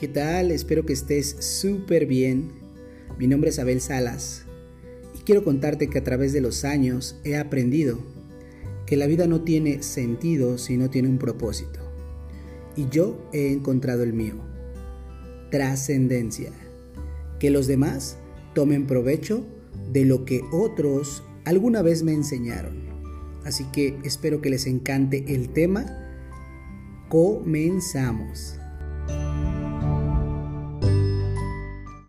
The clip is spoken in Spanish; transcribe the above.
¿Qué tal? Espero que estés súper bien. Mi nombre es Abel Salas y quiero contarte que a través de los años he aprendido que la vida no tiene sentido si no tiene un propósito. Y yo he encontrado el mío: trascendencia. Que los demás tomen provecho de lo que otros alguna vez me enseñaron. Así que espero que les encante el tema. Comenzamos.